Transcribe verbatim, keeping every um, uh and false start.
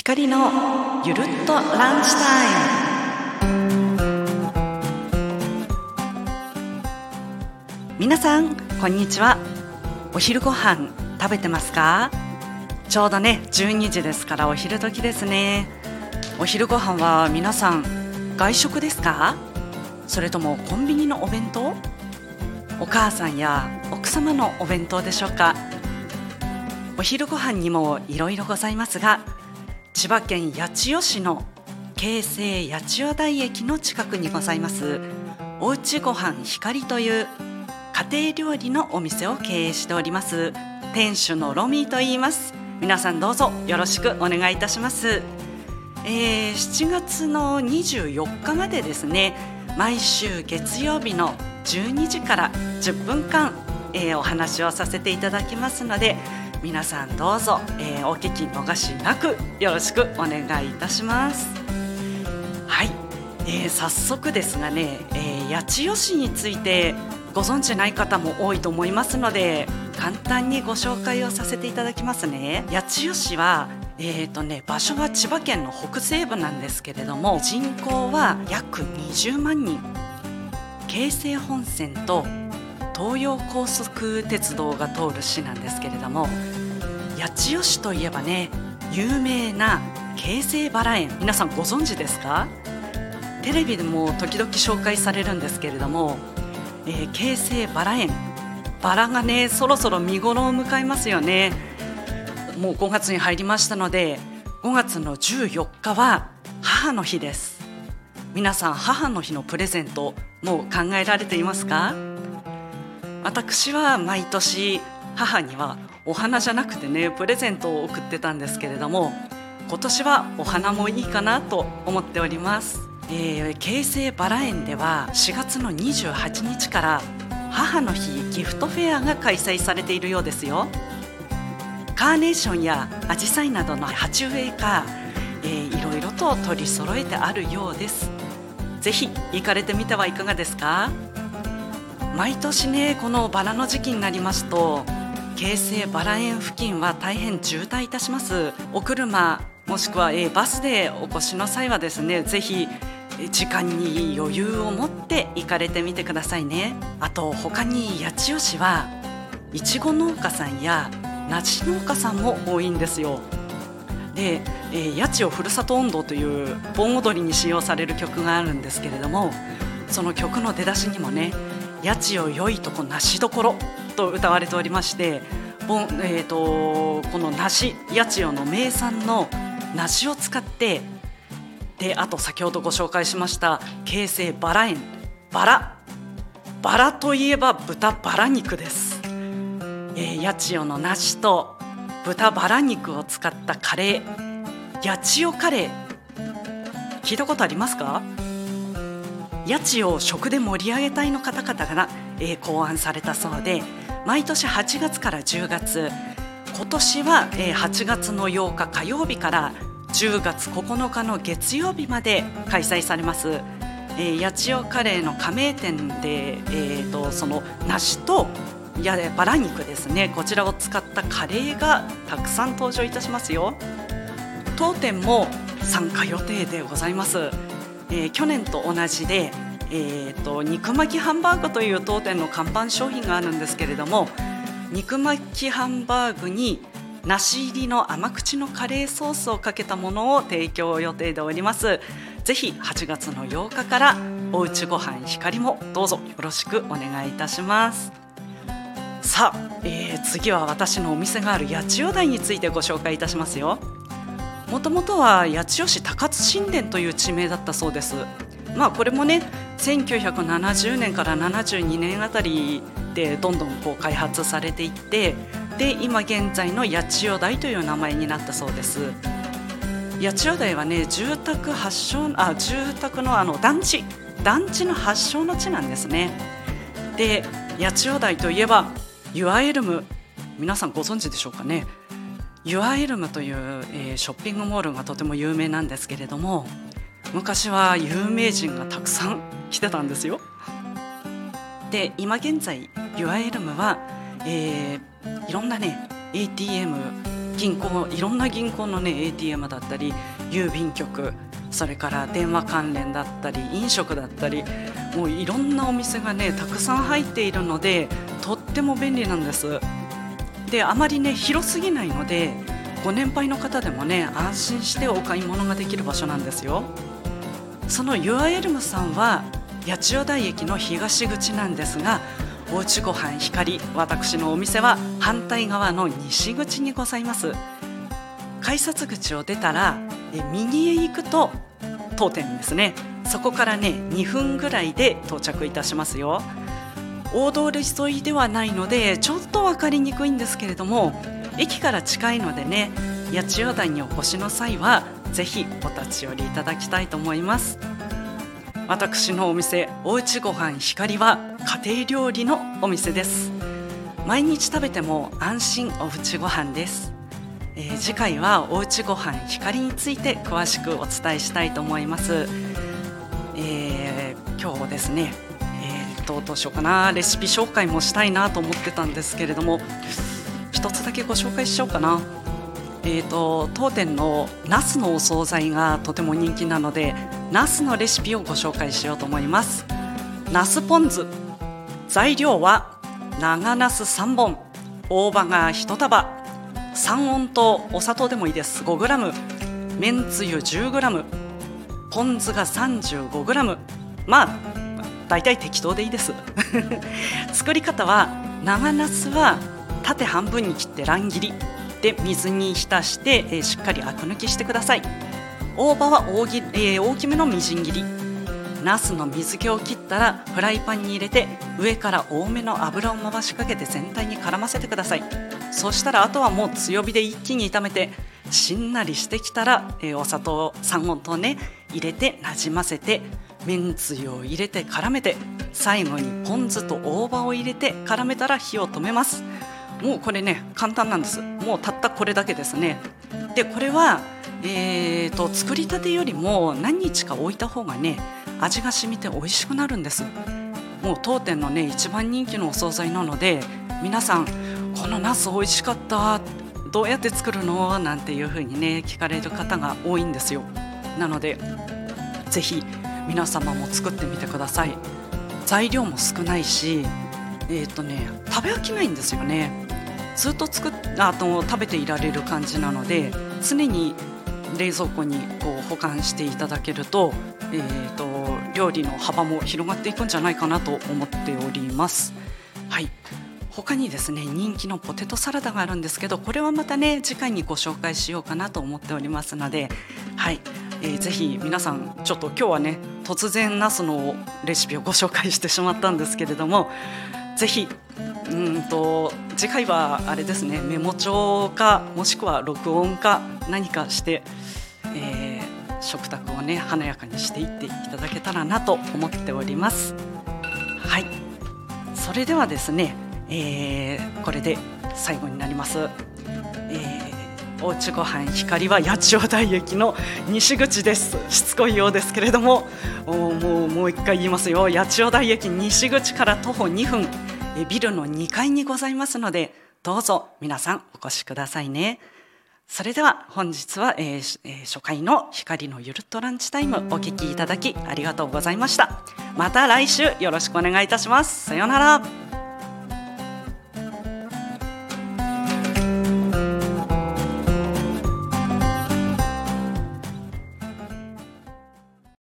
光のゆるっとランチタイム。皆さんこんにちは。お昼ご飯食べてますか？ちょうどねじゅうにじですからお昼時ですね。お昼ご飯は皆さん外食ですか？それともコンビニのお弁当？お母さんや奥様のお弁当でしょうか？お昼ご飯にもいろいろございますが、千葉県八千代市の京成八千代台駅の近くにございますおうちごはん光という家庭料理のお店を経営しております店主のロミーと言います。皆さんどうぞよろしくお願いいたします。えー、しちがつのにじゅうよっかまでですね、毎週月曜日のじゅうにじからじゅっぷんかん、えー、お話をさせていただきますので、皆さんどうぞ、えー、お聞き逃しなくよろしくお願いいたします。はい、えー、早速ですがね、えー、八千代市についてご存知ない方も多いと思いますので、簡単にご紹介をさせていただきますね。八千代市はえーとね、場所は千葉県の北西部なんですけれども、人口は約にじゅうまんにん、京成本線と東洋高速鉄道が通る市なんですけれども、八千代市といえばね、有名な京成バラ園、皆さんご存知ですか？テレビでも時々紹介されるんですけれども、えー、京成バラ園、バラがねそろそろ見頃を迎えますよね。もうごがつに入りましたので、ごがつのじゅうよっかは母の日です。皆さん母の日のプレゼントもう考えられていますか？私は毎年母にはお花じゃなくてねプレゼントを送ってたんですけれども、今年はお花もいいかなと思っております。えー、京成バラ園ではしがつのにじゅうはちにちから母の日ギフトフェアが開催されているようですよ。カーネーションやアジサイなどの鉢植えが、えー、いろいろと取り揃えてあるようです。ぜひ行かれてみてはいかがですか？毎年ねこのバラの時期になりますと、京成バラ園付近は大変渋滞いたします。お車もしくは、えー、バスでお越しの際はですね、ぜひ時間に余裕を持って行かれてみてくださいね。あと他に八千代市はいちご農家さんや梨農家さんも多いんですよ。で、えー、八千代ふるさと音頭という盆踊りに使用される曲があるんですけれども、その曲の出だしにもね、八千代よいとこ梨どころと歌われておりまして、盆、えー、とこの梨、八千代の名産の梨を使って、であと先ほどご紹介しました京成バラ園、バラバラといえば豚バラ肉です。えー、八千代の梨と豚バラ肉を使ったカレー、八千代カレー、聞いたことありますか？八千代を食で盛り上げ隊の方々が、えー、考案されたそうで、毎年はちがつからじゅうがつ、今年は、えー、はちがつのようか火曜日からじゅうがつここのかの月曜日まで開催されます。えー、八千代カレーの加盟店で、えー、とその梨といやバラ肉ですね、こちらを使ったカレーがたくさん登場いたしますよ。当店も参加予定でございます。えー、去年と同じで、えー、と肉巻きハンバーグという当店の看板商品があるんですけれども、肉巻きハンバーグに梨入りの甘口のカレーソースをかけたものを提供予定でおります。ぜひはちがつのようかからおうちごはん光もどうぞよろしくお願いいたします。さあ、えー、次は私のお店がある八千代台についてご紹介いたしますよ。もともとは八千代市高津新田という地名だったそうです。まあこれもねせんきゅうひゃくななじゅうねんからななじゅうにねんあたりでどんどんこう開発されていって、で今現在の八千代台という名前になったそうです。八千代台はね住宅発祥あ住宅のあの団地団地の発祥の地なんですね。で八千代台といえばユアエルム、皆さんご存知でしょうかね。ユアエルムという、えー、ショッピングモールがとても有名なんですけれども、昔は有名人がたくさん来てたんですよ。で今現在ユアエルムは、えー、いろんなね エーティーエム、 銀行、いろんな銀行のね エーティーエム だったり郵便局、それから電話関連だったり飲食だったり、もういろんなお店がねたくさん入っているので、とっても便利なんです。で、あまりね広すぎないので、ご年配の方でもね安心してお買い物ができる場所なんですよ。そのユアエルムさんは八千代台駅の東口なんですが、おうちごはん光、私のお店は反対側の西口にございます。改札口を出たらえ右へ行くと当店ですね。そこからねにふんぐらいで到着いたしますよ。大通り沿いではないのでちょっと分かりにくいんですけれども、駅から近いのでね、八千代台にお越しの際はぜひお立ち寄りいただきたいと思います。私のお店、おうちごはん光は家庭料理のお店です。毎日食べても安心おうちごはんです。えー、次回はおうちごはん光について詳しくお伝えしたいと思います。えー、今日ですね、えー、とどうしようかな、レシピ紹介もしたいなと思ってたんですけれども、一つだけご紹介しようかな。えー、と当店のナスのお惣菜がとても人気なので、ナスのレシピをご紹介しようと思います。ナスポン酢、材料は長ナスさんぼん、大葉がいち束、三温糖、お砂糖でもいいです、ごグラム、めんつゆ じゅうグラム、ポン酢が さんじゅうごグラム、まあ大体適当でいいです作り方は、長ナスは縦半分に切って乱切りで水に浸して、えー、しっかりアク抜きしてください。大葉は 大, ぎ、えー、大きめのみじん切り。ナスの水気を切ったらフライパンに入れて、上から多めの油を回しかけて全体に絡ませてください。そしたらあとはもう強火で一気に炒めて、しんなりしてきたら、えー、お砂糖、三温糖ね入れてなじませて、めんつゆを入れて絡めて、最後にポン酢と大葉を入れて絡めたら火を止めます。もうこれね簡単なんです。もうたったこれだけですね。でこれは、えー、と作りたてよりも何日か置いた方がね味が染みて美味しくなるんです。もう当店のね一番人気のお惣菜なので、皆さんこのナス美味しかった、どうやって作るのなんていう風にね聞かれる方が多いんですよ。なのでぜひ皆様も作ってみてください。材料も少ないし、えーとね、食べ飽きないんですよね。ずっと作っあと食べていられる感じなので、常に冷蔵庫にこう保管していただけると、えーと料理の幅も広がっていくんじゃないかなと思っております。はい、他にですね人気のポテトサラダがあるんですけど、これはまたね次回にご紹介しようかなと思っておりますので、はい、えー、ぜひ皆さん、ちょっと今日はね突然ナスのレシピをご紹介してしまったんですけれども、ぜひうんと次回はあれですね、メモ帳かもしくは録音か何かして、えー、食卓をね華やかにしていっていただけたらなと思っております。はい、それではですね、えー、これで最後になります。えー、おうちごはん光は八千代台駅の西口です。しつこいようですけれども、もうもう一回言いますよ。八千代台駅西口から徒歩にふん、ビルのにかいにございますので、どうぞ皆さんお越しくださいね。それでは本日は、えーえー、初回の光のゆるっとランチタイムお聞きいただきありがとうございました。また来週よろしくお願いいたします。さようなら。